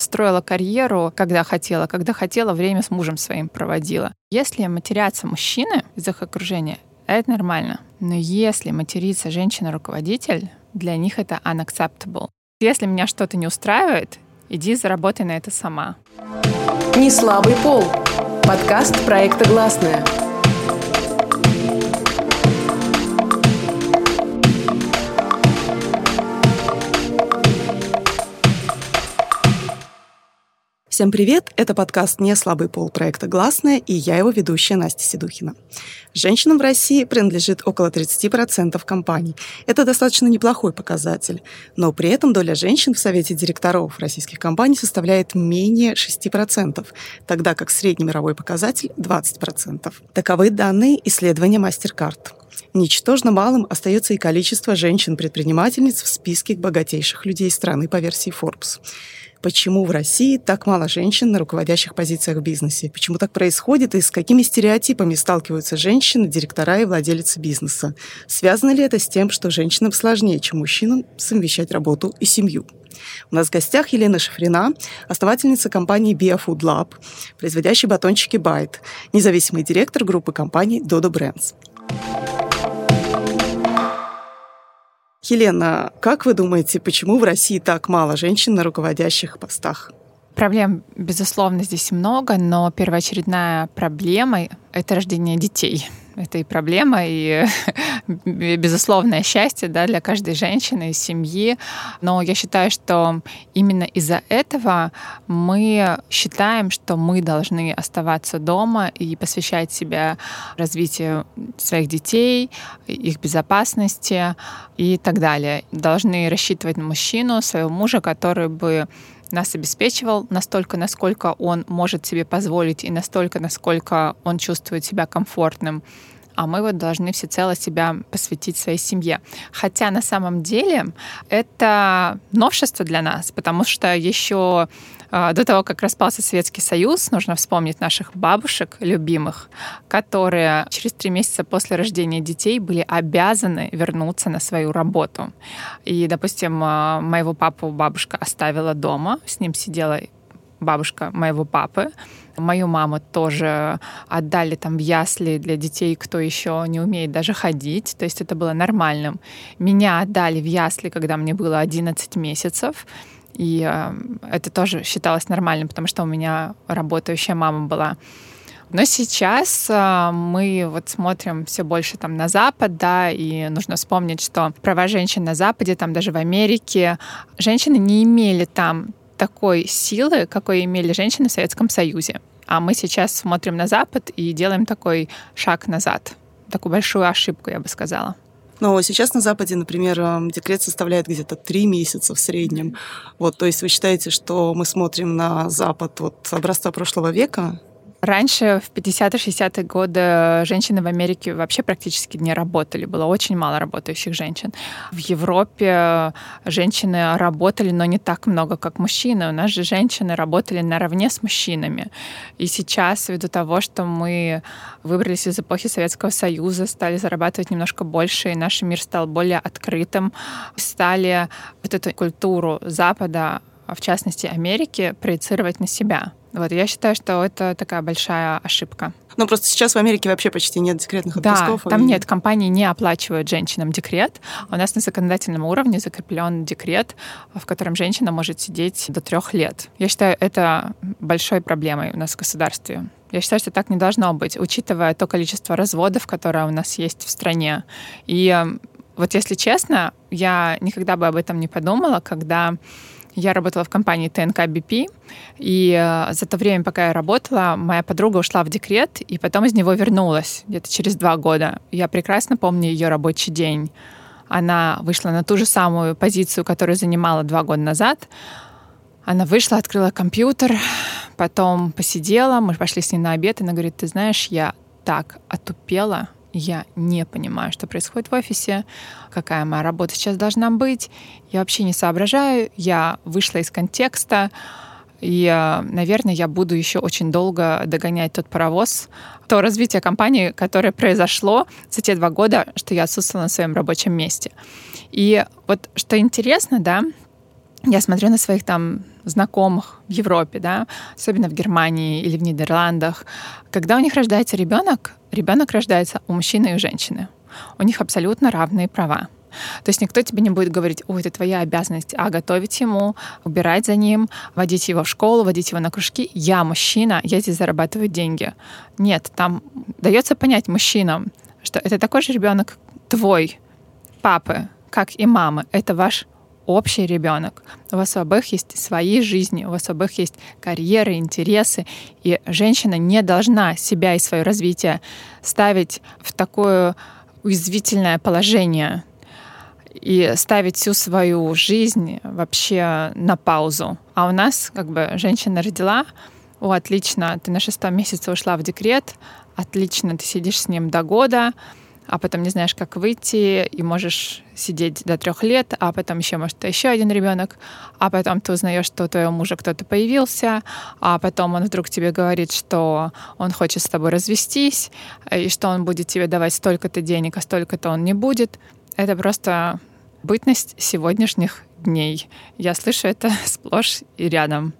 Строила карьеру, когда хотела, время с мужем своим проводила. Если матерятся мужчины из их окружения, это нормально. Но если матерится женщина-руководитель, для них это unacceptable. Если меня что-то не устраивает, иди заработай на это сама. Не слабый пол. Подкаст проекта «Гласная». Всем привет! Это подкаст «Не слабый пол» проекта «Гласная», и я его ведущая Настя Седухина. Женщинам в России принадлежит около 30% компаний. Это достаточно неплохой показатель, но при этом доля женщин в совете директоров российских компаний составляет менее 6%, тогда как среднемировой показатель – 20%. Таковы данные исследования MasterCard. Ничтожно малым остается и количество женщин-предпринимательниц в списке богатейших людей страны по версии Forbes. Почему в России так мало женщин на руководящих позициях в бизнесе? Почему так происходит и с какими стереотипами сталкиваются женщины, директора и владельцы бизнеса? Связано ли это с тем, что женщинам сложнее, чем мужчинам, совмещать работу и семью? У нас в гостях Елена Шафрина, основательница компании BioFood Lab, производящей батончики Byte, независимый директор группы компаний Dodo Brands. Елена, как вы думаете, почему в России так мало женщин на руководящих постах? Проблем, безусловно, здесь много, но первоочередная проблема — это рождение детей. Это и проблема, и безусловное счастье, да, для каждой женщины и семьи. Но я считаю, что именно из-за этого мы считаем, что мы должны оставаться дома и посвящать себя развитию своих детей, их безопасности и так далее. Должны рассчитывать на мужчину, своего мужа, который бы нас обеспечивал настолько, насколько он может себе позволить, и настолько, насколько он чувствует себя комфортным. А мы вот должны всецело себя посвятить своей семье. Хотя на самом деле это новшество для нас, потому что еще до того, как распался Советский Союз, нужно вспомнить наших бабушек любимых, которые через 3 месяца после рождения детей были обязаны вернуться на свою работу. И, допустим, моего папу бабушка оставила дома, с ним сидела бабушка моего папы. Мою маму тоже отдали там в ясли для детей, кто еще не умеет даже ходить. То есть это было нормальным. Меня отдали в ясли, когда мне было 11 месяцев. И это тоже считалось нормальным, потому что у меня работающая мама была. Но сейчас мы вот смотрим все больше там на Запад, да, и нужно вспомнить, что права женщин на Западе, там даже в Америке, женщины не имели там такой силы, какой имели женщины в Советском Союзе. А мы сейчас смотрим на Запад и делаем такой шаг назад. Такую большую ошибку, я бы сказала. Но сейчас на Западе, например, декрет составляет где-то 3 месяца в среднем. Вот, то есть вы считаете, что мы смотрим на Запад вот образца прошлого века? Раньше, в 50-60-е годы, женщины в Америке вообще практически не работали. Было очень мало работающих женщин. В Европе женщины работали, но не так много, как мужчины. У нас же женщины работали наравне с мужчинами. И сейчас, ввиду того, что мы выбрались из эпохи Советского Союза, стали зарабатывать немножко больше, и наш мир стал более открытым, стали вот эту культуру Запада, в частности Америки, проецировать на себя. Вот, я считаю, что это такая большая ошибка. Ну, просто сейчас в Америке вообще почти нет декретных отпусков. Да, там нет, компании не оплачивают женщинам декрет. У нас на законодательном уровне закреплен декрет, в котором женщина может сидеть до 3 лет. Я считаю, это большой проблемой у нас в государстве. Я считаю, что так не должно быть, учитывая то количество разводов, которое у нас есть в стране. И вот если честно, я никогда бы об этом не подумала, когда я работала в компании ТНК БП, и за то время, пока я работала, моя подруга ушла в декрет, и потом из него вернулась где-то через 2 года. Я прекрасно помню ее рабочий день. Она вышла на ту же самую позицию, которую занимала 2 года назад. Она вышла, открыла компьютер, потом посидела, мы пошли с ней на обед, и она говорит: ты знаешь, я так отупела, я не понимаю, что происходит в офисе, какая моя работа сейчас должна быть. Я вообще не соображаю, я вышла из контекста, и, наверное, я буду еще очень долго догонять тот паровоз, то развитие компании, которое произошло за те 2 года, что я отсутствовала на своем рабочем месте. И вот что интересно, да, я смотрю на своих там знакомых в Европе, да, особенно в Германии или в Нидерландах, когда у них рождается ребенок рождается у мужчины и у женщины. У них абсолютно равные права. То есть никто тебе не будет говорить: ой, это твоя обязанность, готовить ему, убирать за ним, водить его в школу, водить его на кружки. Я мужчина, я здесь зарабатываю деньги. Нет, там дается понять мужчинам, что это такой же ребенок твой, папы, как и мамы. Это ваш общий ребенок. У вас у обоих есть свои жизни, у вас у обоих есть карьеры, интересы, и женщина не должна себя и свое развитие ставить в такое уязвительное положение и ставить всю свою жизнь вообще на паузу. А у нас как бы женщина родила: отлично, ты на 6-м месяце ушла в декрет, отлично, ты сидишь с ним до года, а потом не знаешь, как выйти, и можешь сидеть до 3 лет, а потом может еще один ребенок, а потом ты узнаешь, что у твоего мужа кто-то появился, а потом он вдруг тебе говорит, что он хочет с тобой развестись, и что он будет тебе давать столько-то денег, а столько-то он не будет. Это просто бытность сегодняшних дней. Я слышу это сплошь и рядом.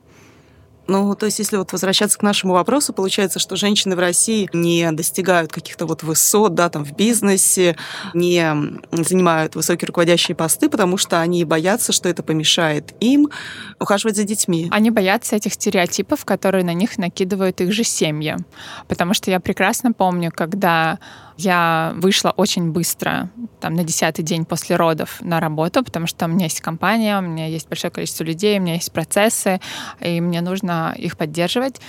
Ну, то есть, если вот возвращаться к нашему вопросу, получается, что женщины в России не достигают каких-то вот высот, да, там в бизнесе, не занимают высокие руководящие посты, потому что они боятся, что это помешает им ухаживать за детьми. Они боятся этих стереотипов, которые на них накидывают их же семьи. Потому что я прекрасно помню, когда я вышла очень быстро, там, на 10-й день после родов на работу, потому что у меня есть компания, у меня есть большое количество людей, у меня есть процессы, и мне нужно их поддерживать.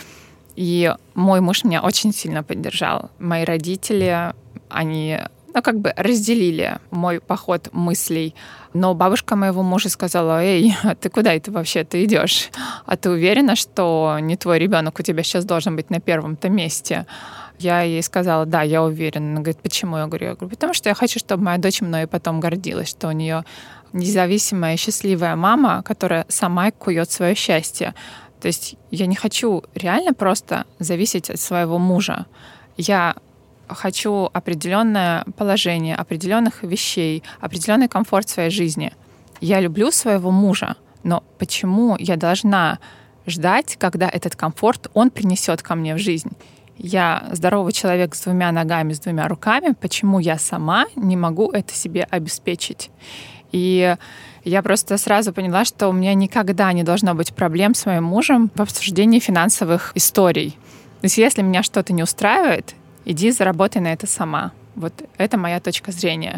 И мой муж меня очень сильно поддержал. Мои родители, они разделили мой поход мыслей. Но бабушка моего мужа сказала: эй, а ты куда это вообще ты идешь? А ты уверена, что не твой ребенок у тебя сейчас должен быть на первом-то месте? Я ей сказала: да, я уверена. Она говорит: почему? Я говорю: потому что я хочу, чтобы моя дочь мной потом гордилась, что у нее независимая, счастливая мама, которая сама кует свое счастье. То есть я не хочу реально просто зависеть от своего мужа. Я хочу определенное положение, определенных вещей, определенный комфорт в своей жизни. Я люблю своего мужа, но почему я должна ждать, когда этот комфорт он принесет ко мне в жизнь? Я здоровый человек с 2 ногами, с 2 руками. Почему я сама не могу это себе обеспечить? И я просто сразу поняла, что у меня никогда не должно быть проблем с моим мужем в обсуждении финансовых историй. То есть если меня что-то не устраивает, иди заработай на это сама. Вот это моя точка зрения.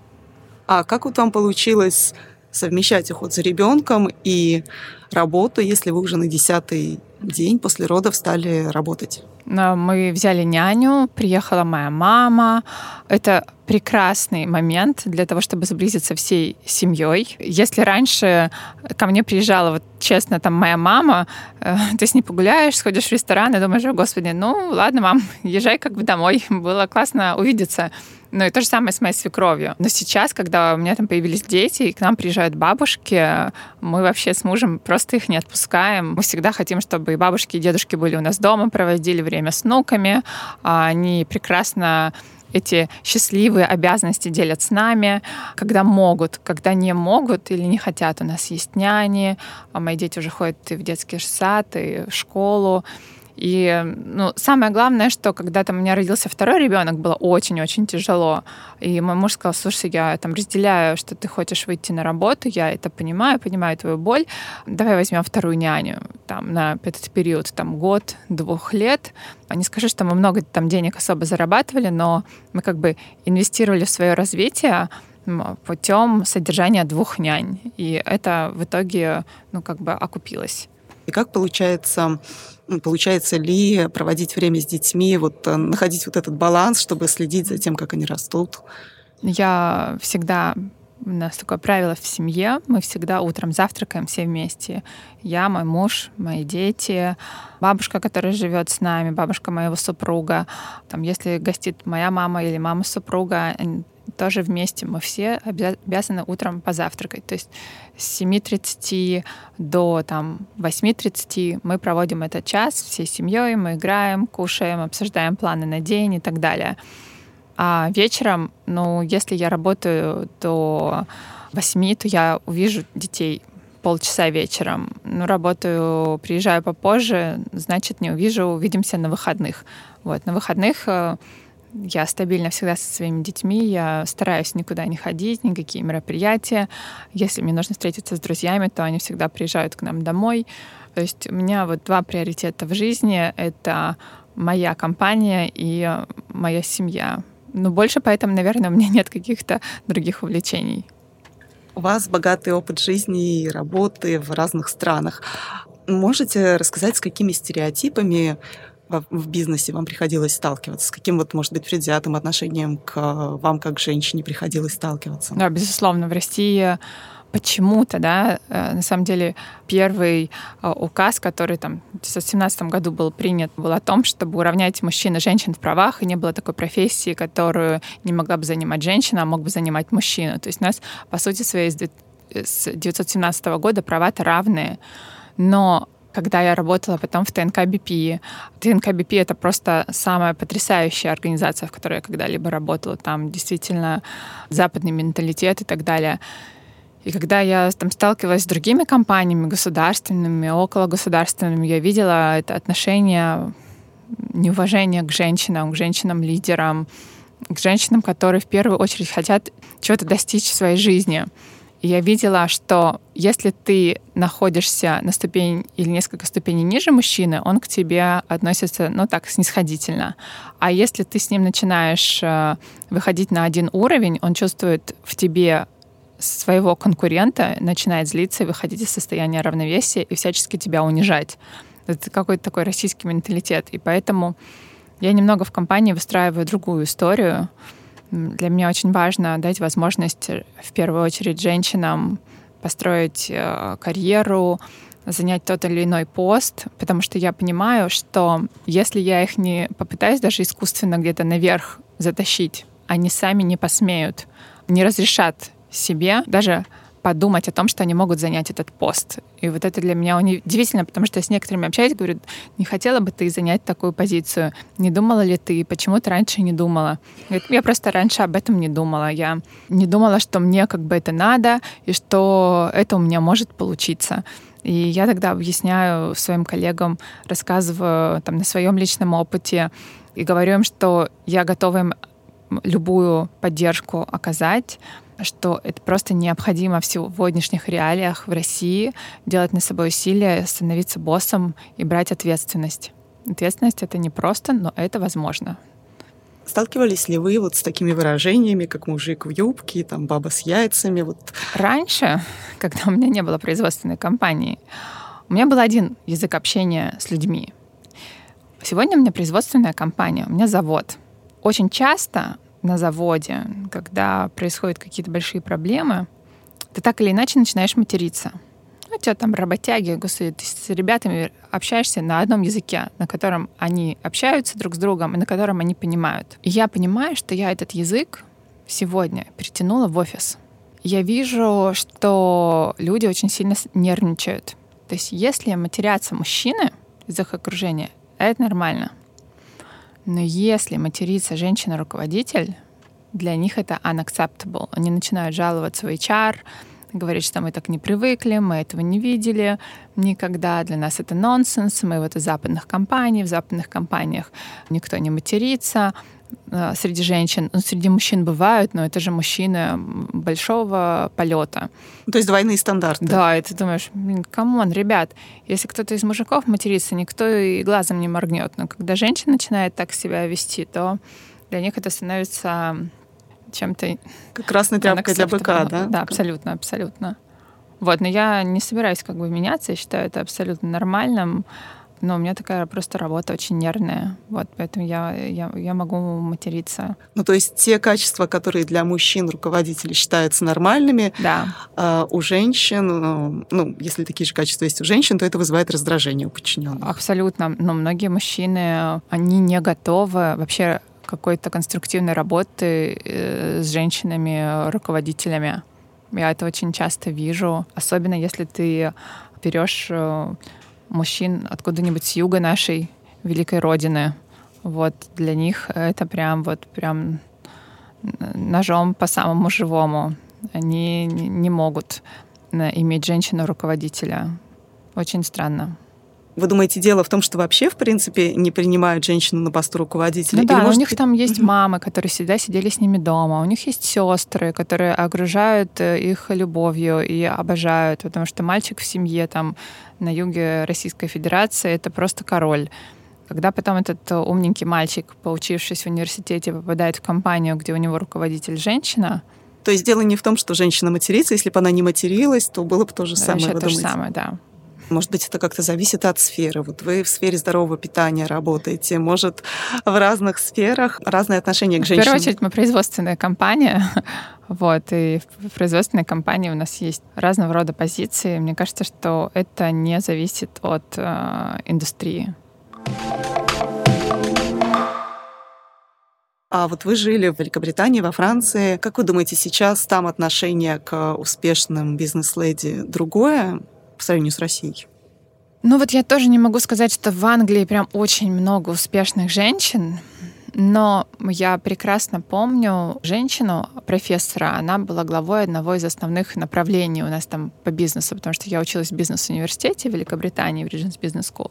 А как вот вам получилось совмещать уход за ребенком и работу, если вы уже на 10-й день после родов стали работать? Мы взяли няню, приехала моя мама. Это прекрасный момент для того, чтобы сблизиться всей семьей. Если раньше ко мне приезжала, вот честно, там моя мама, ты с ней погуляешь, сходишь в ресторан и думаешь: господи, ну ладно, мам, езжай как бы домой. Было классно увидеться. Ну и то же самое с моей свекровью. Но сейчас, когда у меня там появились дети, и к нам приезжают бабушки, мы вообще с мужем просто их не отпускаем. Мы всегда хотим, чтобы и бабушки, и дедушки были у нас дома, проводили время с внуками. Они прекрасно эти счастливые обязанности делят с нами, когда могут, когда не могут или не хотят. У нас есть няни, мои дети уже ходят и в детский сад, и в школу. И самое главное, что когда там у меня родился 2-й ребенок, было очень-очень тяжело. И мой муж сказал: слушай, я там разделяю, что ты хочешь выйти на работу, я это понимаю твою боль. Давай возьмем 2-ю няню там, на этот период, там, 1-2 лет. Не скажу, что мы много там денег особо зарабатывали, но мы как бы инвестировали в свое развитие путем содержания 2 нянь. И это в итоге окупилось. И как получается ли проводить время с детьми, находить этот баланс, чтобы следить за тем, как они растут? У нас такое правило в семье. Мы всегда утром завтракаем все вместе. Я, мой муж, мои дети, бабушка, которая живет с нами, бабушка моего супруга. Там, если гостит моя мама или мама супруга, тоже вместе мы все обязаны утром позавтракать. То есть с 7:30 до 8:30 мы проводим этот час всей семьей, мы играем, кушаем, обсуждаем планы на день и так далее. А вечером, если я работаю до 8, то я увижу детей полчаса вечером. Работаю, приезжаю попозже, значит, не увижу, увидимся на выходных. На выходных я стабильно всегда со своими детьми, я стараюсь никуда не ходить, никакие мероприятия. Если мне нужно встретиться с друзьями, то они всегда приезжают к нам домой. То есть у меня 2 приоритета в жизни — это моя компания и моя семья. Больше поэтому, наверное, у меня нет каких-то других увлечений. У вас богатый опыт жизни и работы в разных странах. Можете рассказать, с какими стереотипами в бизнесе вам приходилось сталкиваться? С каким, может быть, предвзятым отношением к вам, как к женщине, приходилось сталкиваться? Да, безусловно, в России почему-то, на самом деле, первый указ, который в 1917 году был принят, был о том, чтобы уравнять мужчин и женщин в правах, и не было такой профессии, которую не могла бы занимать женщина, а мог бы занимать мужчина. То есть у нас, по сути своей, с 1917 года права-то равные. Но когда я работала потом в ТНК БП. ТНК БП — это просто самая потрясающая организация, в которой я когда-либо работала. Там действительно западный менталитет и так далее. И когда я там сталкивалась с другими компаниями, государственными, окологосударственными, я видела это отношение неуважения к женщинам-лидерам, к женщинам, которые в первую очередь хотят чего-то достичь в своей жизни. И я видела, что если ты находишься на ступень или несколько ступеней ниже мужчины, он к тебе относится, снисходительно. А если ты с ним начинаешь выходить на один уровень, он чувствует в тебе своего конкурента, начинает злиться и выходить из состояния равновесия и всячески тебя унижать. Это какой-то такой российский менталитет. И поэтому я немного в компании выстраиваю другую историю. Для меня очень важно дать возможность, в первую очередь, женщинам построить карьеру, занять тот или иной пост, потому что я понимаю, что если я их не попытаюсь даже искусственно где-то наверх затащить, они сами не посмеют, не разрешат себе даже подумать о том, что они могут занять этот пост. И это для меня удивительно, потому что я с некоторыми общаюсь, говорю, не хотела бы ты занять такую позицию? Не думала ли ты? Почему ты раньше не думала? Я просто раньше об этом не думала. Я не думала, что мне это надо, и что это у меня может получиться. И я тогда объясняю своим коллегам, рассказываю на своем личном опыте и говорю им, что я готова им любую поддержку оказать, что это просто необходимо в сегодняшних реалиях в России делать над собой усилия, становиться боссом и брать ответственность. Ответственность — это не просто, но это возможно. Сталкивались ли вы с такими выражениями, как мужик в юбке, баба с яйцами? Раньше, когда у меня не было производственной компании, у меня был один язык общения с людьми. Сегодня у меня производственная компания, у меня завод. Очень часто на заводе, когда происходят какие-то большие проблемы, ты так или иначе начинаешь материться. У тебя работяги, ты с ребятами общаешься на одном языке, на котором они общаются друг с другом и на котором они понимают. И я понимаю, что я этот язык сегодня перетянула в офис. Я вижу, что люди очень сильно нервничают. То есть если матерятся мужчины из их окружения, это нормально. Но если матерится женщина-руководитель, для них это unacceptable. Они начинают жаловаться в HR, говорить, что мы так не привыкли, мы этого не видели никогда, для нас это нонсенс, мы из западных компаний, в западных компаниях никто не матерится. Среди женщин, среди мужчин бывают, но это же мужчины большого полета. То есть двойные стандарты. Да, и ты думаешь, камон, ребят, если кто-то из мужиков матерится, никто и глазом не моргнет. Но когда женщина начинает так себя вести, то для них это становится чем-то... Как красная тряпка для быка, да? Да, абсолютно, абсолютно. Но я не собираюсь меняться, я считаю это абсолютно нормальным. Но у меня такая просто работа очень нервная. Поэтому я могу материться. То есть те качества, которые для мужчин-руководителей считаются нормальными, да. У женщин, если такие же качества есть у женщин, то это вызывает раздражение у подчиненных. Абсолютно. Но многие мужчины, они не готовы вообще какой-то конструктивной работы с женщинами-руководителями. Я это очень часто вижу. Особенно если ты берешь мужчин откуда-нибудь с юга нашей великой родины. Для них это прям ножом по самому живому. Они не могут иметь женщину-руководителя. Очень странно. Вы думаете, дело в том, что вообще, в принципе, не принимают женщину на посту руководителя? Ну да, Или, может у них быть... там есть мамы, которые всегда сидели с ними дома. У них есть сестры, которые окружают их любовью и обожают, потому что мальчик в семье там на юге Российской Федерации — это просто король. Когда потом этот умненький мальчик, поучившись в университете, попадает в компанию, где у него руководитель женщина. То есть дело не в том, что женщина матерится. Если бы она не материлась, то было бы то же самое, вы То же думаете? самое, да. Может быть, это как-то зависит от сферы. Вот вы в сфере здорового питания работаете. Может, в разных сферах разные отношения к женщинам. В первую очередь, мы производственная компания. Вот, и в производственной компании у нас есть разного рода позиции. Мне кажется, что это не зависит от индустрии. А вот вы жили в Великобритании, во Франции. Как вы думаете, сейчас там отношение к успешным бизнес-леди другое по сравнению с Россией? Ну вот я тоже не могу сказать, что в Англии прям очень много успешных женщин, но я прекрасно помню женщину, профессора, она была главой одного из основных направлений у нас там по бизнесу, потому что я училась в бизнес-университете в Великобритании, в Regents Business School.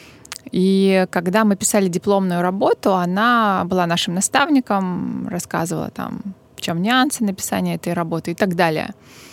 И когда мы писали дипломную работу, она была нашим наставником, рассказывала там, в чем нюансы написания этой работы и так далее.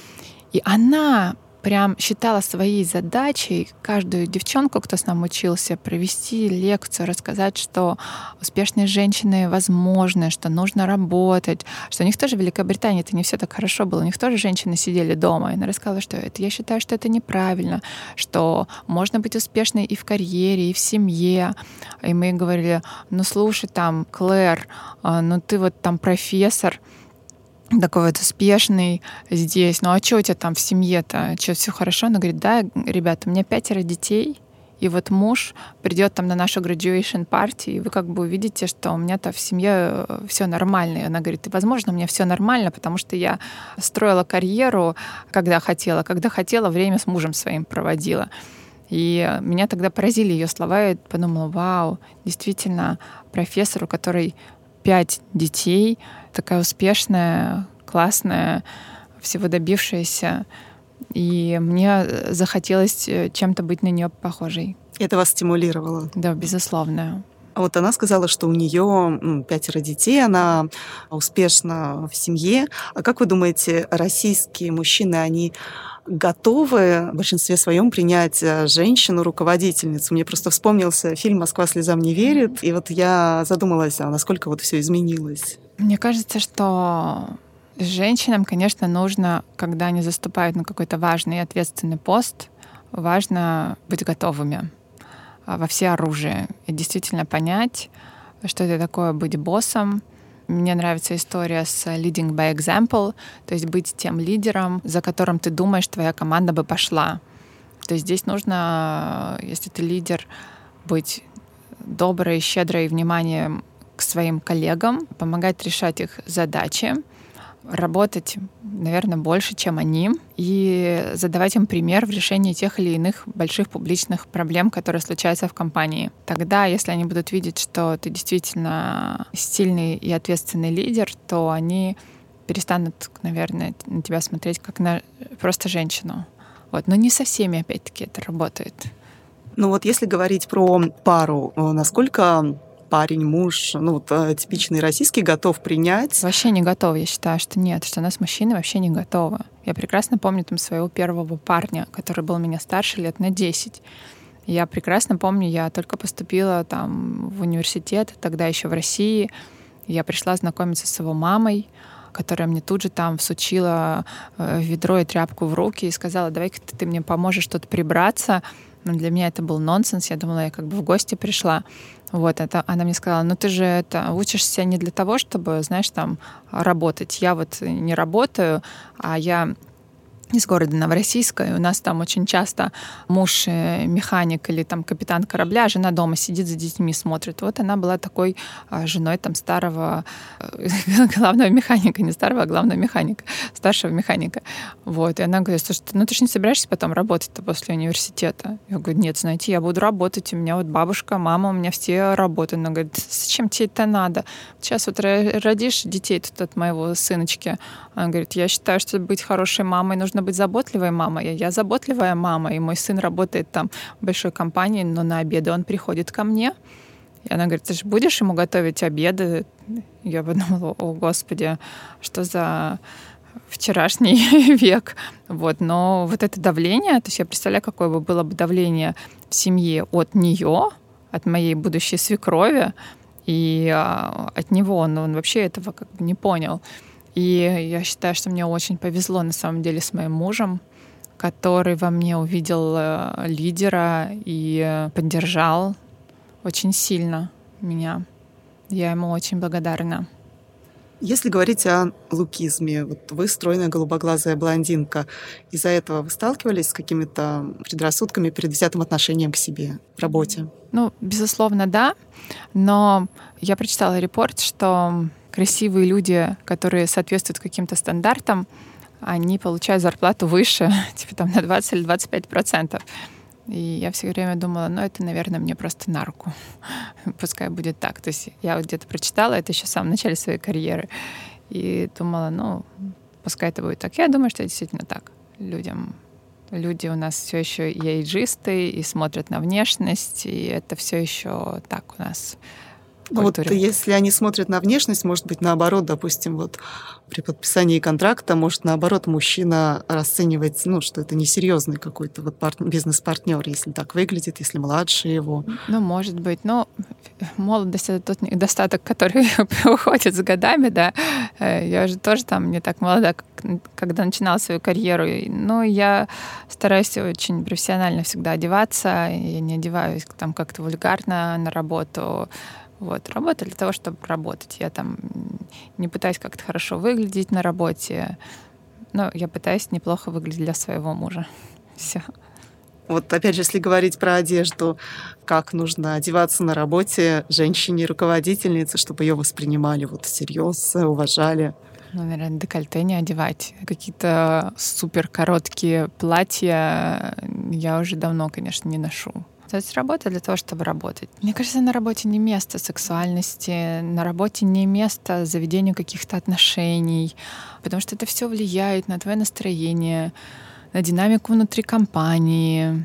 И она прям считала своей задачей каждую девчонку, кто с нами учился, провести лекцию, рассказать, что успешные женщины возможны, что нужно работать, что у них тоже в Великобритании это не все так хорошо было, у них тоже женщины сидели дома. И она рассказала, что это, я считаю, что это неправильно, что можно быть успешной и в карьере, и в семье. И мы говорили, ну слушай, там, Клэр, ну ты вот там профессор, такой вот успешный здесь. Ну а что у тебя там в семье-то? Что, все хорошо? Она говорит, да, ребята, у меня 5 детей, и вот муж придет там на нашу graduation party, и вы как бы увидите, что у меня-то в семье все нормально. И она говорит, и, возможно, у меня все нормально, потому что я строила карьеру, когда хотела время с мужем своим проводила. И меня тогда поразили ее слова, и я подумала, вау, действительно, профессор, у которой 5 детей, такая успешная, классная, всего добившаяся. И мне захотелось чем-то быть на нее похожей. Это вас стимулировало? Да, безусловно. А вот она сказала, что у нее 5 детей, она успешна в семье. А как вы думаете, российские мужчины, они готовы в большинстве своем принять женщину-руководительницу? Мне просто вспомнился фильм «Москва слезам не верит», и вот я задумалась, а насколько вот все изменилось? Мне кажется, что женщинам, конечно, нужно, когда они заступают на какой-то важный и ответственный пост, важно быть готовыми во всеоружие и действительно понять, что это такое быть боссом. Мне нравится история с leading by example, то есть быть тем лидером, за которым ты думаешь, твоя команда бы пошла. То есть здесь нужно, если ты лидер, быть доброй, щедрой, вниманием к своим коллегам, помогать решать их задачи, работать, наверное, больше, чем они, и задавать им пример в решении тех или иных больших публичных проблем, которые случаются в компании. Тогда, если они будут видеть, что ты действительно сильный и ответственный лидер, то они перестанут, наверное, на тебя смотреть как на просто женщину. Вот. Но не со всеми, опять-таки, это работает. Ну вот если говорить про пару, насколько парень, муж, типичный российский, готов принять? Вообще не готов. Я считаю, что нет, что у нас мужчины вообще не готовы. Я прекрасно помню там своего первого парня, который был меня старше лет на 10. Я прекрасно помню, я только поступила там в университет, тогда еще в России. Я пришла знакомиться с его мамой, которая мне тут же там всучила ведро и тряпку в руки и сказала, давай-ка ты мне поможешь тут прибраться. Но для меня это был нонсенс. Я думала, я как бы в гости пришла. Вот, она мне сказала, ну ты же учишься не для того, чтобы, знаешь, там работать. Я вот не работаю, а я из города Новороссийска, и у нас там очень часто муж механик или там капитан корабля, а жена дома сидит за детьми, смотрит. Вот она была такой женой там старого главного механика, не старого, а главного механика, старшего механика. Вот, и она говорит, слушай, ты же не собираешься потом работать-то после университета? Я говорю, нет, знаете, я буду работать, у меня вот бабушка, мама, у меня все работают. Она говорит, зачем тебе это надо? Сейчас вот родишь детей тут от моего сыночки. Она говорит, я считаю, что быть хорошей мамой нужно нужно быть заботливой мамой. Я заботливая мама, и мой сын работает там в большой компании, но на обеды он приходит ко мне. И она говорит: ты же будешь ему готовить обеды? Я подумала: о, Господи, что за вчерашний век. Вот. Но вот это давление, то есть я представляю, какое бы было бы давление в семье от нее, от моей будущей свекрови, и от него. Он вообще этого как бы не понял. И я считаю, что мне очень повезло на самом деле с моим мужем, который во мне увидел лидера и поддержал очень сильно меня. Я ему очень благодарна. Если говорить о лукизме, вот вы стройная голубоглазая блондинка, из-за этого вы сталкивались с какими-то предрассудками, предвзятым отношением к себе в работе? Ну, безусловно, да. Но я прочитала репорт, что красивые люди, которые соответствуют каким-то стандартам, они получают зарплату выше, типа там на 20 или 25%. И я все время думала, это, наверное, мне просто на руку. Пускай будет так. То есть я вот где-то прочитала это еще в самом начале своей карьеры. И думала, пускай это будет так. Я думаю, что это действительно так. Люди у нас все еще и эйджисты, и смотрят на внешность, и это все еще так у нас. Вот если они смотрят на внешность, может быть, наоборот, допустим, вот при подписании контракта, может, наоборот, мужчина расценивать, что это несерьезный какой-то вот бизнес-партнер, если так выглядит, если младше его. Может быть. Но молодость — это тот недостаток, который уходит с годами, да. Я же тоже там не так молода, когда начинала свою карьеру. Но я стараюсь очень профессионально всегда одеваться. Я не одеваюсь там как-то вульгарно на работу. Вот. Работа для того, чтобы работать. Я там не пытаюсь как-то хорошо выглядеть на работе, но я пытаюсь неплохо выглядеть для своего мужа. Все. Вот опять же, если говорить про одежду, как нужно одеваться на работе женщине-руководительнице, чтобы ее воспринимали всерьез, уважали? Наверное, декольте не одевать. Какие-то супер короткие платья я уже давно, конечно, не ношу. То есть работа для того, чтобы работать. Мне кажется, на работе не место сексуальности, на работе не место заведению каких-то отношений, потому что это все влияет на твое настроение, на динамику внутри компании,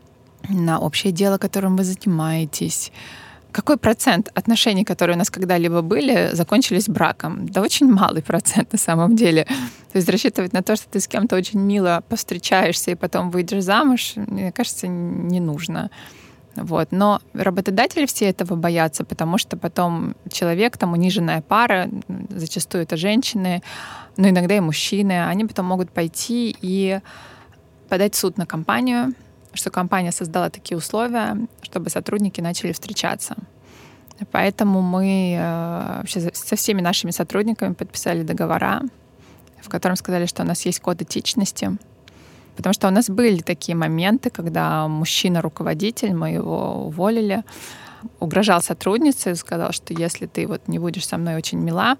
на общее дело, которым вы занимаетесь. Какой процент отношений, которые у нас когда-либо были, закончились браком? Да очень малый процент на самом деле. То есть рассчитывать на то, что ты с кем-то очень мило повстречаешься и потом выйдешь замуж, мне кажется, не нужно. Вот. Но работодатели все этого боятся, потому что потом человек, там униженная пара, зачастую это женщины, но иногда и мужчины, они потом могут пойти и подать в суд на компанию, что компания создала такие условия, чтобы сотрудники начали встречаться. Поэтому мы вообще со всеми нашими сотрудниками подписали договора, в котором сказали, что у нас есть код этичности. Потому что у нас были такие моменты, когда мужчина-руководитель, мы его уволили, угрожал сотруднице, сказал, что если ты не будешь со мной очень мила,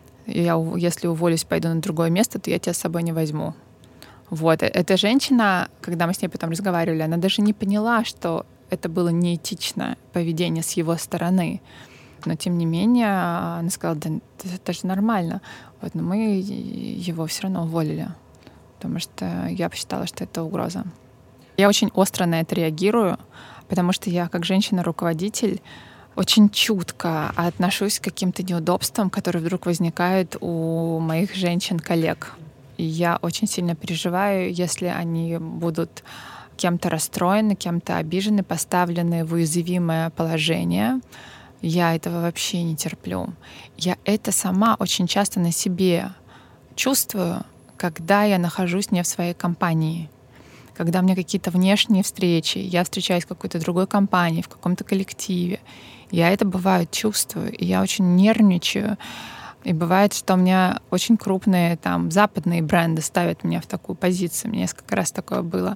если уволюсь, пойду на другое место, то я тебя с собой не возьму. Вот. Эта женщина, когда мы с ней потом разговаривали, она даже не поняла, что это было неэтичное поведение с его стороны. Но, тем не менее, она сказала, да это же нормально. Вот, но мы его все равно уволили, потому что я посчитала, что это угроза. Я очень остро на это реагирую, потому что я, как женщина-руководитель, очень чутко отношусь к каким-то неудобствам, которые вдруг возникают у моих женщин-коллег. И я очень сильно переживаю, если они будут кем-то расстроены, кем-то обижены, поставлены в уязвимое положение. Я этого вообще не терплю. Я это сама очень часто на себе чувствую, когда я нахожусь не в своей компании. Когда у меня какие-то внешние встречи, я встречаюсь в какой-то другой компании, в каком-то коллективе. Я это, бывает, чувствую, и я очень нервничаю. И бывает, что у меня очень крупные западные бренды ставят меня в такую позицию. У меня несколько раз такое было.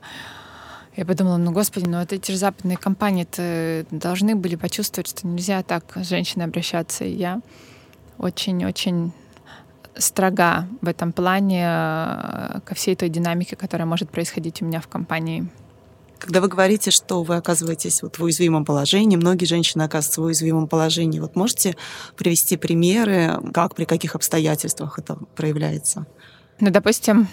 Я подумала, господи, эти же западные компании-то должны были почувствовать, что нельзя так с женщиной обращаться. И я очень-очень строга в этом плане ко всей той динамике, которая может происходить у меня в компании. Когда вы говорите, что вы оказываетесь в уязвимом положении, многие женщины оказываются в уязвимом положении, можете привести примеры, как, при каких обстоятельствах это проявляется? Допустим,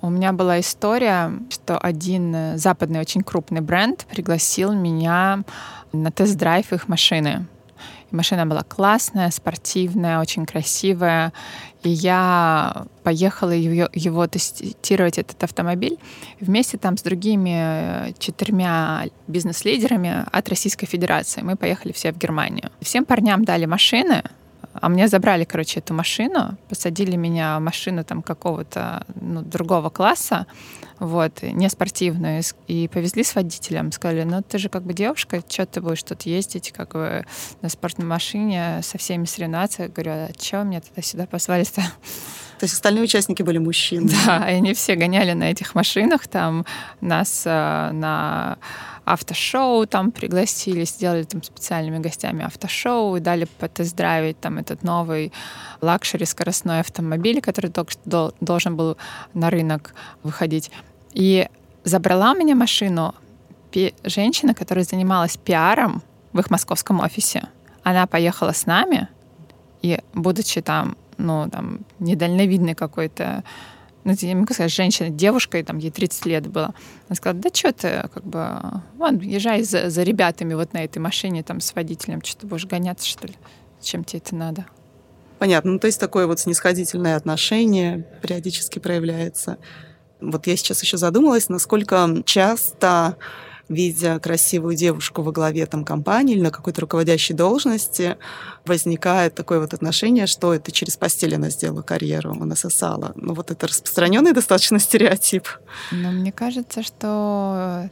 У меня была история, что один западный очень крупный бренд пригласил меня на тест-драйв их машины. И машина была классная, спортивная, очень красивая. И я поехала его тестировать, этот автомобиль, вместе там с другими 4 бизнес-лидерами от Российской Федерации. Мы поехали все в Германию. Всем парням дали машины, а мне забрали, эту машину, посадили меня в машину там какого-то другого класса, не спортивную, и повезли с водителем. Сказали, ты же девушка, что ты будешь тут ездить на спортной машине со всеми соревноваться? Я говорю, а что меня сюда позвали-то? То есть остальные участники были мужчины? Да, и они все гоняли на этих машинах, там нас на автошоу там пригласили, сделали там специальными гостями автошоу и дали потест-драйвить там этот новый лакшери скоростной автомобиль, который только что должен был на рынок выходить. И забрала у меня машину женщина, которая занималась пиаром в их московском офисе. Она поехала с нами, и будучи там недальновидной какой-то, я не могу сказать, женщина, девушкой, ей 30 лет было. Она сказала, да что ты, езжай за ребятами на этой машине с водителем, что ты будешь гоняться, что ли? Зачем тебе это надо? Понятно. То есть такое снисходительное отношение периодически проявляется. Я сейчас еще задумалась, насколько часто, видя красивую девушку во главе компании или на какой-то руководящей должности, возникает такое отношение, что это через постель она сделала карьеру, она сосала. Это распространенный достаточно стереотип. Мне кажется, что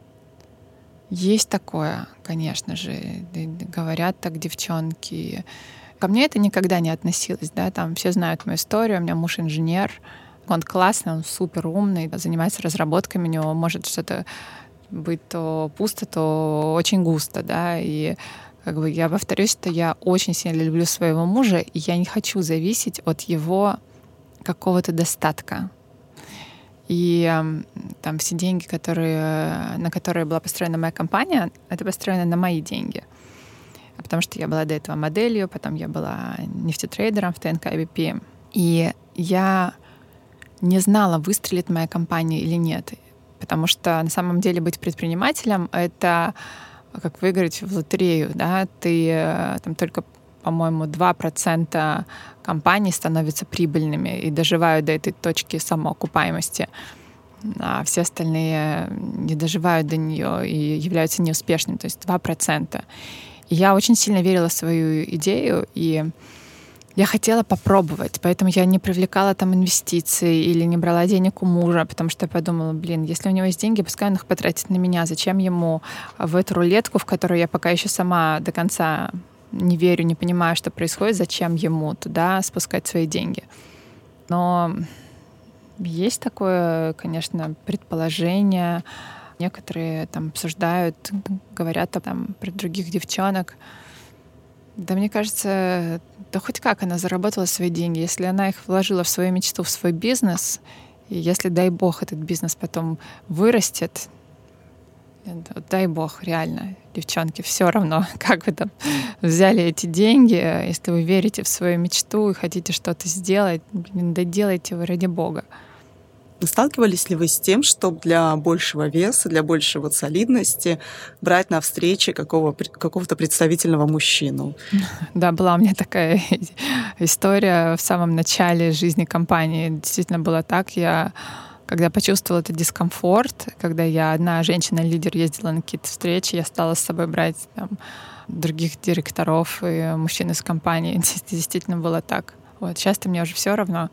есть такое, конечно же. Говорят так девчонки. Ко мне это никогда не относилось. Да? Там все знают мою историю. У меня муж инженер. Он классный, он супер умный, занимается разработками. У него может что-то быть то пусто, то очень густо, да, и я повторюсь, что я очень сильно люблю своего мужа, и я не хочу зависеть от его какого-то достатка. И там все деньги, на которые была построена моя компания, это построено на мои деньги. Потому что я была до этого моделью, потом я была нефтетрейдером в ТНК BP. И я не знала, выстрелит моя компания или нет. Потому что на самом деле быть предпринимателем — это как выиграть в лотерею. Да? Ты только, по-моему, 2% компаний становятся прибыльными и доживают до этой точки самоокупаемости, а все остальные не доживают до нее и являются неуспешными. То есть 2%. И я очень сильно верила в свою идею, и я хотела попробовать, поэтому я не привлекала инвестиции или не брала денег у мужа, потому что я подумала, если у него есть деньги, пускай он их потратит на меня. Зачем ему в эту рулетку, в которую я пока еще сама до конца не верю, не понимаю, что происходит, зачем ему туда спускать свои деньги? Но есть такое, конечно, предположение. Некоторые обсуждают, говорят про других девчонок. Да, мне кажется, да хоть как она заработала свои деньги, если она их вложила в свою мечту, в свой бизнес, и если, дай бог, этот бизнес потом вырастет, дай бог, реально, девчонки, все равно, как вы взяли эти деньги, если вы верите в свою мечту и хотите что-то сделать, да делайте вы ради бога. Сталкивались ли вы с тем, чтобы для большего веса, для большей солидности брать на встречи какого-то представительного мужчину? Да, была у меня такая история в самом начале жизни компании. Действительно было так. Когда почувствовала этот дискомфорт, когда я одна женщина-лидер ездила на какие-то встречи, я стала с собой брать других директоров и мужчин из компании. Действительно было так. Сейчас-то мне уже все равно.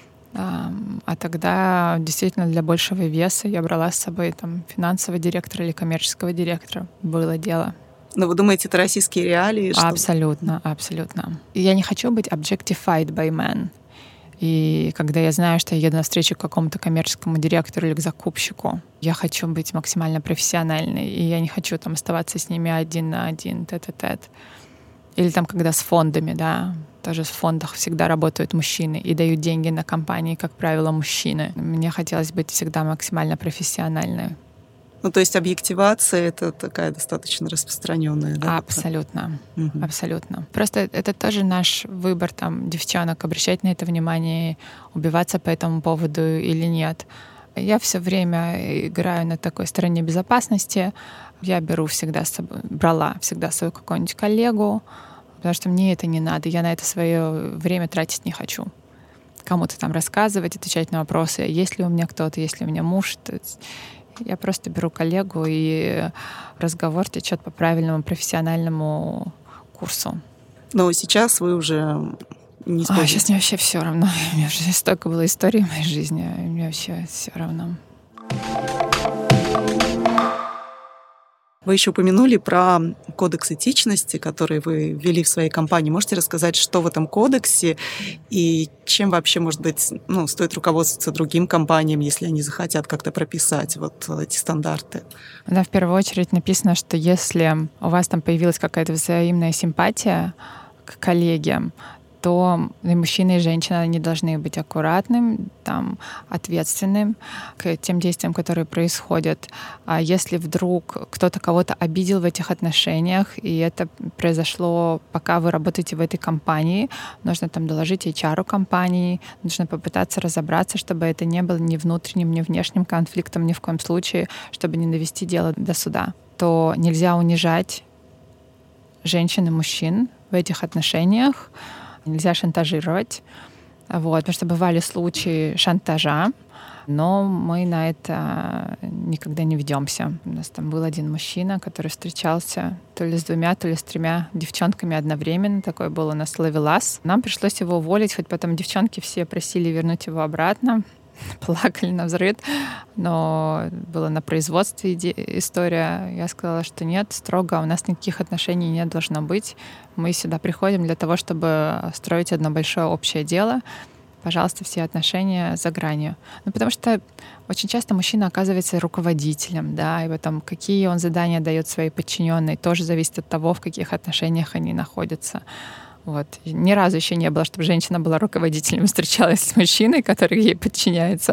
А тогда действительно для большего веса я брала с собой финансового директора или коммерческого директора. Было дело. Но вы думаете, это российские реалии? Абсолютно, абсолютно. Я не хочу быть objectified by men. И когда я знаю, что я еду на встречу к какому-то коммерческому директору или к закупщику, я хочу быть максимально профессиональной, и я не хочу оставаться с ними один на один, тет-а-тет. Или когда с фондами, да, тоже в фондах всегда работают мужчины и дают деньги на компании, как правило, мужчины. Мне хотелось быть всегда максимально профессиональной. То есть объективация — это такая достаточно распространенная, да? Абсолютно. Абсолютно. Просто это тоже наш выбор, девчонок, обращать на это внимание, убиваться по этому поводу или нет. Я все время играю на такой стороне безопасности. Я брала всегда свою какую-нибудь коллегу, потому что мне это не надо. Я на это свое время тратить не хочу. Кому-то там рассказывать, отвечать на вопросы, есть ли у меня кто-то, есть ли у меня муж. Я просто беру коллегу, и разговор течет по правильному профессиональному курсу. Но сейчас вы уже не используете. Сейчас мне вообще все равно. У меня уже столько было историй в моей жизни, и мне вообще все равно. Вы еще упомянули про кодекс этичности, который вы ввели в своей компании. Можете рассказать, что в этом кодексе и чем вообще, может быть, стоит руководствоваться другим компаниям, если они захотят как-то прописать вот эти стандарты? Да, в первую очередь написано, что если у вас там появилась какая-то взаимная симпатия к коллеге, то и мужчина, и женщина, они должны быть аккуратным, ответственным к тем действиям, которые происходят. А если вдруг кто-то кого-то обидел в этих отношениях, и это произошло, пока вы работаете в этой компании, нужно доложить HR компании, нужно попытаться разобраться, чтобы это не было ни внутренним, ни внешним конфликтом, ни в коем случае, чтобы не довести дело до суда. То нельзя унижать женщин и мужчин в этих отношениях, нельзя шантажировать, потому что бывали случаи шантажа, но мы на это никогда не ведемся. У нас там был один мужчина, который встречался то ли с 2, то ли с 3 девчонками одновременно. Такой был у нас ловелас. Нам пришлось его уволить, хоть потом девчонки все просили вернуть его обратно. Плакали навзрыд, но было на производстве история. Я сказала, что нет, строго, у нас никаких отношений не должно быть. Мы сюда приходим для того, чтобы строить одно большое общее дело. Пожалуйста, все отношения за гранью. Потому что очень часто мужчина оказывается руководителем, и потом какие он задания дает своей подчиненной, тоже зависит от того, в каких отношениях они находятся. Ни разу еще не было, чтобы женщина была руководителем, встречалась с мужчиной, который ей подчиняется.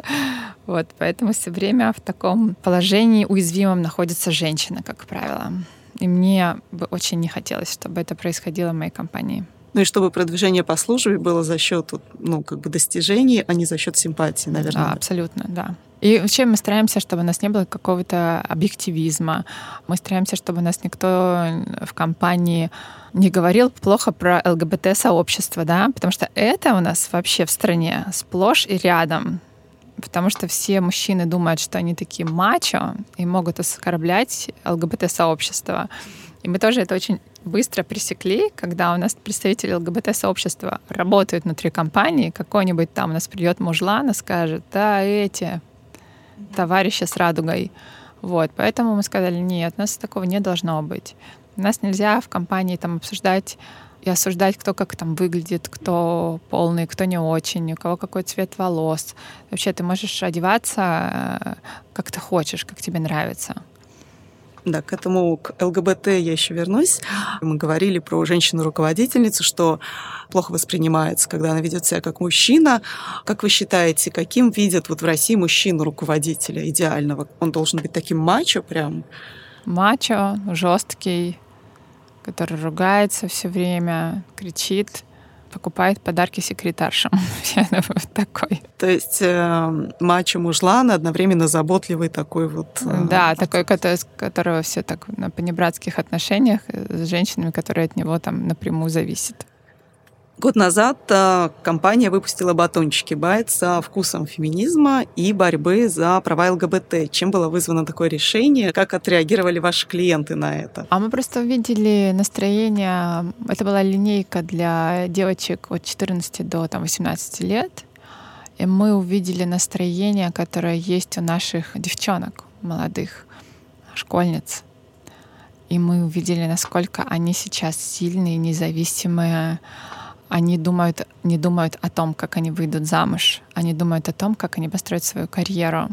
Поэтому все время в таком положении уязвимом находится женщина, как правило. И мне бы очень не хотелось, чтобы это происходило в моей компании. И чтобы продвижение по службе было за счет достижений, а не за счет симпатии, наверное. Да, абсолютно, да. И вообще мы стараемся, чтобы у нас не было какого-то объективизма. Мы стараемся, чтобы у нас никто в компании не говорил плохо про ЛГБТ-сообщество, потому что это у нас вообще в стране сплошь и рядом. Потому что все мужчины думают, что они такие мачо и могут оскорблять ЛГБТ-сообщество. И мы тоже это очень быстро пресекли, когда у нас представители ЛГБТ-сообщества работают внутри компании, какой-нибудь там у нас придет мужлан и скажет: да, эти товарищи с радугой. Поэтому мы сказали: нет, у нас такого не должно быть. У нас нельзя в компании обсуждать и осуждать, кто как выглядит, кто полный, кто не очень, у кого какой цвет волос. Вообще ты можешь одеваться как ты хочешь, как тебе нравится. Да, к ЛГБТ я еще вернусь. Мы говорили про женщину-руководительницу, что плохо воспринимается, когда она ведет себя как мужчина. Как вы считаете, каким видят в России мужчину-руководителя идеального? Он должен быть таким мачо прям? Мачо, жесткий, который ругается все время, кричит, покупает подарки секретаршам. Такой. То есть мачо-мужлан одновременно заботливый такой Да, такой, которого все так на понебратских отношениях с женщинами, которые от него напрямую зависят. Год назад компания выпустила батончики Байт со вкусом феминизма и борьбы за права ЛГБТ. Чем было вызвано такое решение? Как отреагировали ваши клиенты на это? Мы просто увидели настроение. Это была линейка для девочек от 14 до 18 лет. И мы увидели настроение, которое есть у наших девчонок, молодых, школьниц. И мы увидели, насколько они сейчас сильные, независимые. Они не думают о том, как они выйдут замуж. Они думают о том, как они построят свою карьеру.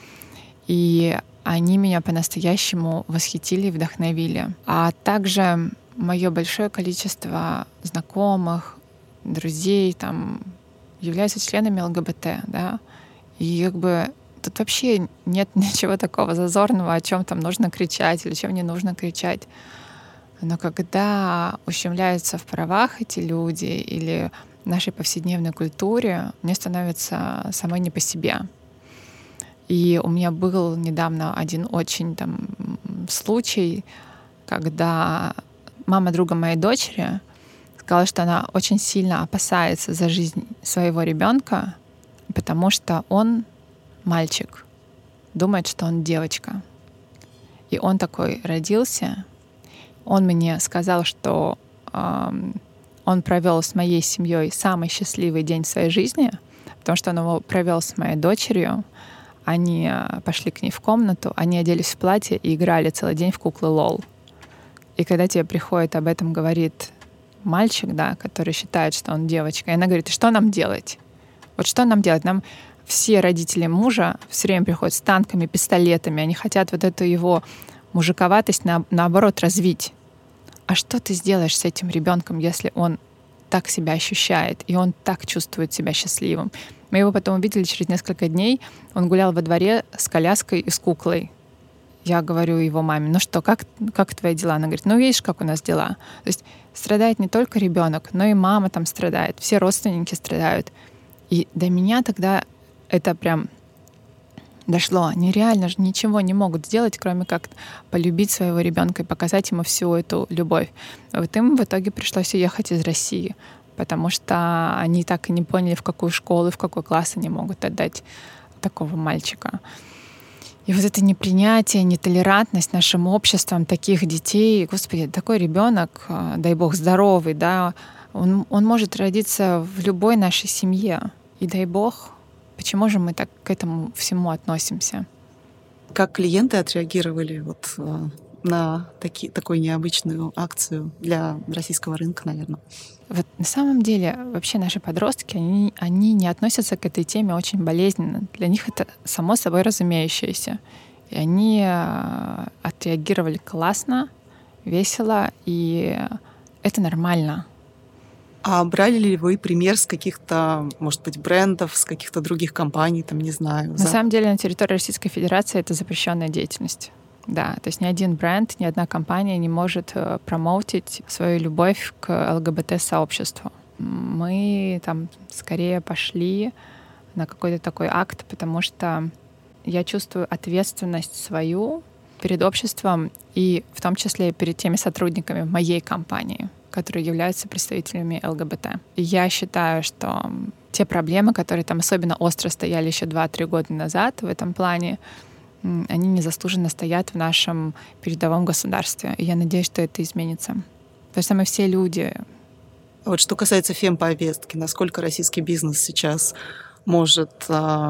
И они меня по-настоящему восхитили и вдохновили. А также мое большое количество знакомых, друзей являются членами ЛГБТ. И тут вообще нет ничего такого зазорного, о чем нужно кричать или чем не нужно кричать. Но когда ущемляются в правах эти люди или в нашей повседневной культуре, мне становится самой не по себе. И у меня был недавно один очень случай, когда мама друга моей дочери сказала, что она очень сильно опасается за жизнь своего ребенка, потому что он мальчик, думает, что он девочка. И он такой родился. Он мне сказал, что он провел с моей семьей самый счастливый день в своей жизни, потому что он его провел с моей дочерью. Они пошли к ней в комнату, они оделись в платье и играли целый день в куклы Лол. И когда тебе приходит об этом говорит мальчик, да, который считает, что он девочка, и она говорит: что нам делать? Вот что нам делать? Нам все родители мужа все время приходят с танками, пистолетами, они хотят вот эту его мужиковатость наоборот развить. А что ты сделаешь с этим ребенком, если он так себя ощущает, и он так чувствует себя счастливым? Мы его потом увидели через несколько дней. Он гулял во дворе с коляской и с куклой. Я говорю его маме: ну что, как твои дела? Она говорит: ну видишь, как у нас дела. То есть страдает не только ребенок, но и мама там страдает, все родственники страдают. И до меня тогда это прям дошло. Они реально же ничего не могут сделать, кроме как полюбить своего ребенка и показать ему всю эту любовь. Вот им в итоге пришлось уехать из России, потому что они так и не поняли, в какую школу, в какой класс они могут отдать такого мальчика. И вот это непринятие, нетолерантность нашим обществом таких детей, господи, такой ребенок, дай бог, здоровый, да, он может родиться в любой нашей семье. И дай бог, почему же мы так к этому всему относимся? Как клиенты отреагировали вот на такую необычную акцию для российского рынка, наверное? Вот на самом деле вообще наши подростки, они не относятся к этой теме очень болезненно. Для них это само собой разумеющееся. И они отреагировали классно, весело, и это нормально. А брали ли вы пример с каких-то, может быть, брендов, с каких-то других компаний, там, не знаю? На самом деле на территории Российской Федерации это запрещенная деятельность. Да, то есть ни один бренд, ни одна компания не может промоутить свою любовь к ЛГБТ-сообществу. Мы там скорее пошли на какой-то такой акт, потому что я чувствую ответственность свою перед обществом и в том числе перед теми сотрудниками моей компании, которые являются представителями ЛГБТ. И я считаю, что те проблемы, которые там особенно остро стояли еще 2-3 года назад в этом плане, они незаслуженно стоят в нашем передовом государстве. И я надеюсь, что это изменится. Потому что мы все люди. Вот что касается фемповестки, насколько российский бизнес сейчас может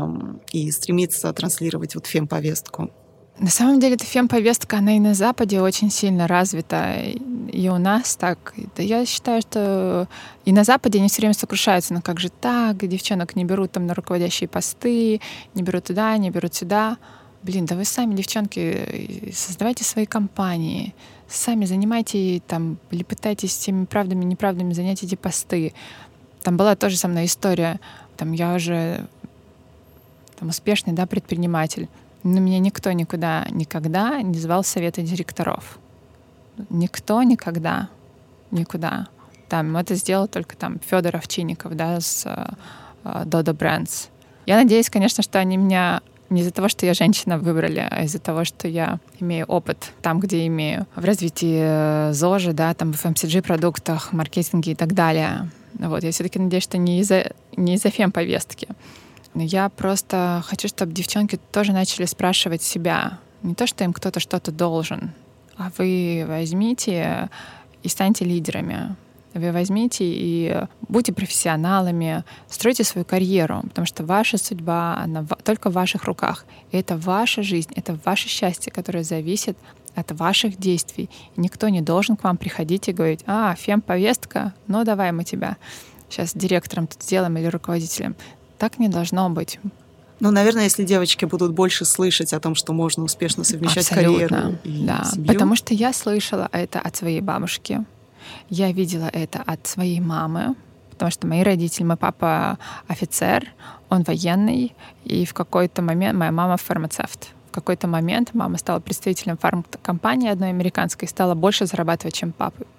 и стремится транслировать вот фемповестку? На самом деле эта фемповестка, она и на Западе очень сильно развита, и у нас так. Да я считаю, что и на Западе они все время сокрушаются: ну как же так, девчонок не берут там на руководящие посты, не берут туда, не берут сюда. Блин, да вы сами, девчонки, создавайте свои компании, сами занимайте там, или пытайтесь всеми правдами и неправдами занять эти посты. Там была тоже со мной история. Там я уже там, успешный, да, предприниматель. Но меня никто никуда никогда не звал в советы директоров. Никто никогда никуда. Там это сделал только там Федор Овчинников, да, с Dodo Brands. Я надеюсь, конечно, что они меня не из-за того, что я женщина, выбрали, а из-за того, что я имею опыт там, где имею, в развитии ЗОЖи, да, там в FMCG-продуктах, маркетинге и так далее. Вот, я все-таки надеюсь, что не из-за фемповестки. Но я просто хочу, чтобы девчонки тоже начали спрашивать себя. Не то, что им кто-то что-то должен, а вы возьмите и станьте лидерами. Вы возьмите и будьте профессионалами, стройте свою карьеру, потому что ваша судьба, она только в ваших руках. И это ваша жизнь, это ваше счастье, которое зависит от ваших действий. И никто не должен к вам приходить и говорить: фемповестка, ну давай мы тебя сейчас директором тут сделаем или руководителем. Так не должно быть. Ну, наверное, если девочки будут больше слышать о том, что можно успешно совмещать карьеру и семью. Потому что я слышала это от своей бабушки. Я видела это от своей мамы, потому что мои родители, мой папа офицер, он военный, и в какой-то момент моя мама фармацевт. В какой-то момент мама стала представителем фармкомпании одной американской и стала больше зарабатывать, чем папа.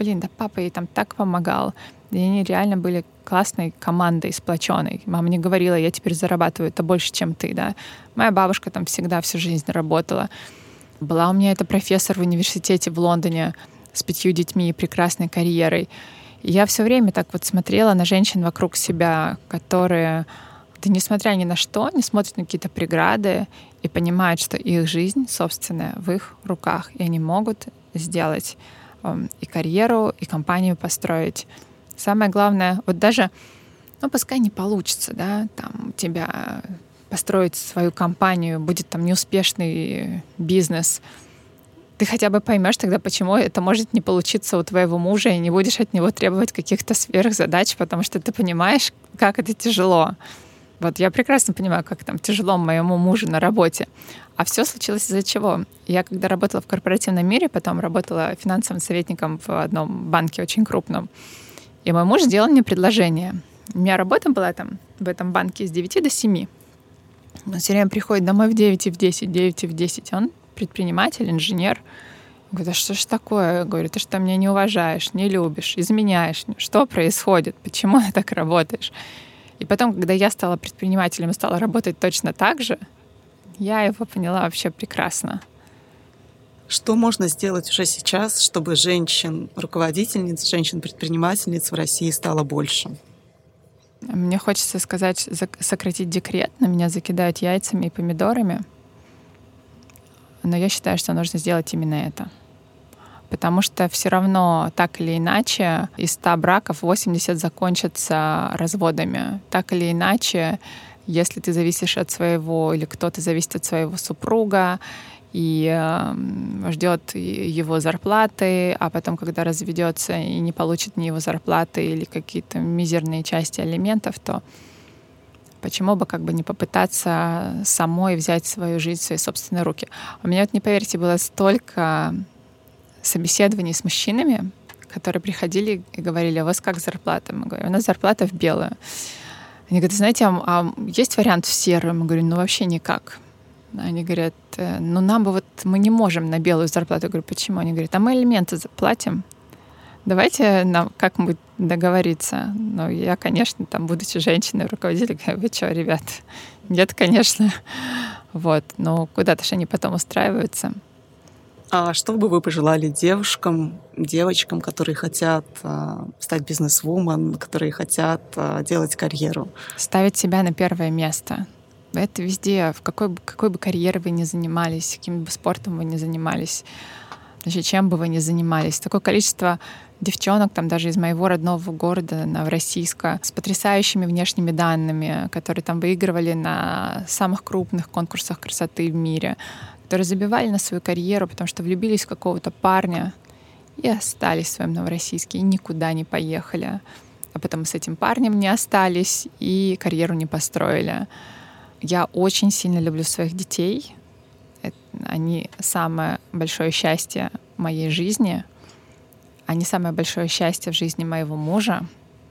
да папа ей там так помогал. И они реально были классной командой, сплоченной. Мама не говорила, я теперь зарабатываю это больше, чем ты, да. Моя бабушка там всегда всю жизнь работала. Была у меня эта профессор в университете в Лондоне с 5 детьми и прекрасной карьерой. И я все время так вот смотрела на женщин вокруг себя, которые, да несмотря ни на что, не смотрят на какие-то преграды и понимают, что их жизнь собственная в их руках, и они могут сделать и карьеру, и компанию построить. Самое главное, вот даже, пускай не получится, да, там у тебя построить свою компанию, будет там неуспешный бизнес, ты хотя бы поймешь тогда, почему это может не получиться у твоего мужа, и не будешь от него требовать каких-то сверхзадач, потому что ты понимаешь, как это тяжело. Вот я прекрасно понимаю, как там тяжело моему мужу на работе. А все случилось из-за чего? Я когда работала в корпоративном мире, потом работала финансовым советником в одном банке очень крупном, и мой муж сделал мне предложение. У меня работа была там в этом банке с 9 до 7. Он все время приходит домой в 9 и в 10, 9 и в 10. Он предприниматель, инженер. Я говорю, да что ж такое? Я говорю, ты что меня не уважаешь, не любишь, изменяешь. Что происходит? Почему ты так работаешь? И потом, когда я стала предпринимателем и стала работать точно так же, я его поняла вообще прекрасно. Что можно сделать уже сейчас, чтобы женщин-руководительниц, женщин-предпринимательниц в России стало больше? Мне хочется сказать, сократить декрет. На меня закидают яйцами и помидорами. Но я считаю, что нужно сделать именно это. Потому что все равно, так или иначе, из 100 браков 80 закончатся разводами. Так или иначе, если ты зависишь от своего, или кто-то зависит от своего супруга, и ждет его зарплаты, а потом, когда разведется и не получит ни его зарплаты или какие-то мизерные части алиментов, то почему бы не попытаться самой взять свою жизнь в свои собственные руки? У меня, не поверите, было столько собеседований с мужчинами, которые приходили и говорили, у вас как зарплата? Мы говорим, у нас зарплата в белую. Они говорят, знаете, а есть вариант в серую? Мы говорим, вообще никак. Они говорят, нам бы мы не можем на белую зарплату. Я говорю, почему? Они говорят, а мы алименты заплатим. Давайте нам как-нибудь договориться. Я, конечно, будучи женщиной, руководителем, говорю, вы что, ребят? Нет, конечно. Куда-то же они потом устраиваются. А что бы вы пожелали девушкам, девочкам, которые хотят стать бизнес-вумен, которые хотят делать карьеру? Ставить себя на первое место. Это везде, в какой бы карьерой вы ни занимались, каким бы спортом вы ни занимались, чем бы вы ни занимались. Такое количество девчонок, даже из моего родного города, Новороссийска, с потрясающими внешними данными, которые выигрывали на самых крупных конкурсах красоты в мире, которые забивали на свою карьеру, потому что влюбились в какого-то парня и остались в своем Новороссийске, и никуда не поехали. А потом с этим парнем не остались и карьеру не построили. Я очень сильно люблю своих детей. Они самое большое счастье моей жизни. Они самое большое счастье в жизни моего мужа.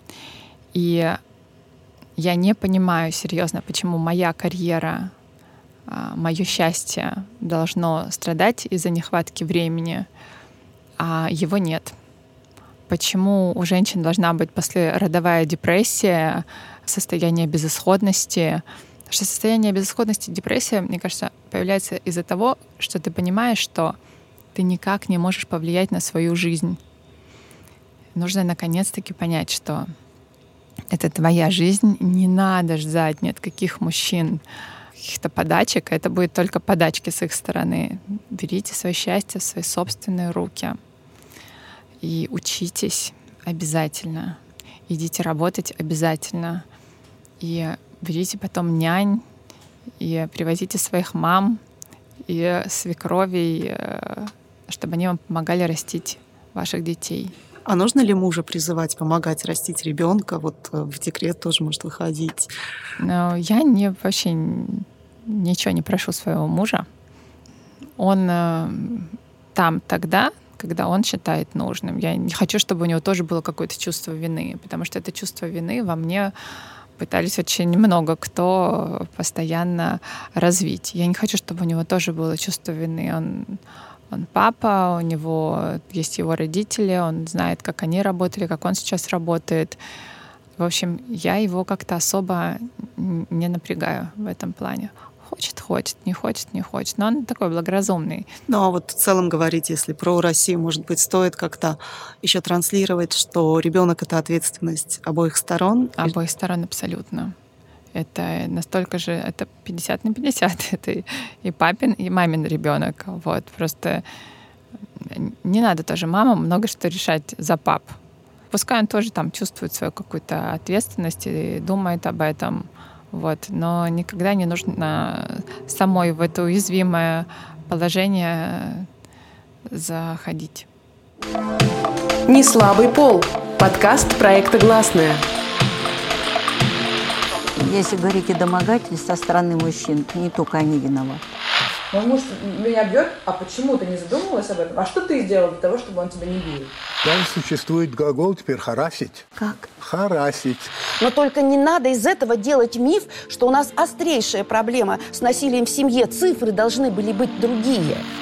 И я не понимаю серьезно, почему моя карьера, мое счастье должно страдать из-за нехватки времени, а его нет. Почему у женщин должна быть послеродовая депрессия, состояние безысходности? Потому что состояние безысходности, депрессия, мне кажется, появляется из-за того, что ты понимаешь, что ты никак не можешь повлиять на свою жизнь. Нужно наконец-таки понять, что это твоя жизнь, не надо ждать ни от каких мужчин каких-то подачек, это будет только подачки с их стороны. Берите свое счастье в свои собственные руки и учитесь обязательно. Идите работать обязательно. И берите потом нянь и привозите своих мам и свекровей, чтобы они вам помогали растить ваших детей. А нужно ли мужа призывать помогать растить ребенка? В декрет тоже может выходить. Но я вообще ничего не прошу своего мужа. Он тогда, когда он считает нужным. Я не хочу, чтобы у него тоже было какое-то чувство вины, потому что это чувство вины во мне пытались очень много кто постоянно развить. Я не хочу, чтобы у него тоже было чувство вины. Он папа, у него есть его родители, он знает, как они работали, как он сейчас работает. В общем, я его как-то особо не напрягаю в этом плане. Хочет, не хочет. Но он такой благоразумный. Ну а вот в целом говорить, если про Россию, может быть, стоит как-то еще транслировать, что ребенок — это ответственность обоих сторон? Обоих сторон абсолютно. Это настолько же, это 50 на 50. Это и папин, и мамин ребенок. Вот. Просто не надо тоже мамам много что решать за пап. Пускай он тоже там чувствует свою какую-то ответственность и думает об этом. Вот. Но никогда не нужно самой в это уязвимое положение заходить. «Неслабый пол» – подкаст проекта «Гласная». Если говорить о домогательстве со стороны мужчин, не только они виноваты. Мой муж меня бьет, а почему ты не задумывалась об этом? А что ты сделал для того, чтобы он тебя не бил? Там существует глагол теперь «харасить». Как? Харасить. Но только не надо из этого делать миф, что у нас острейшая проблема с насилием в семье. Цифры должны были быть другие.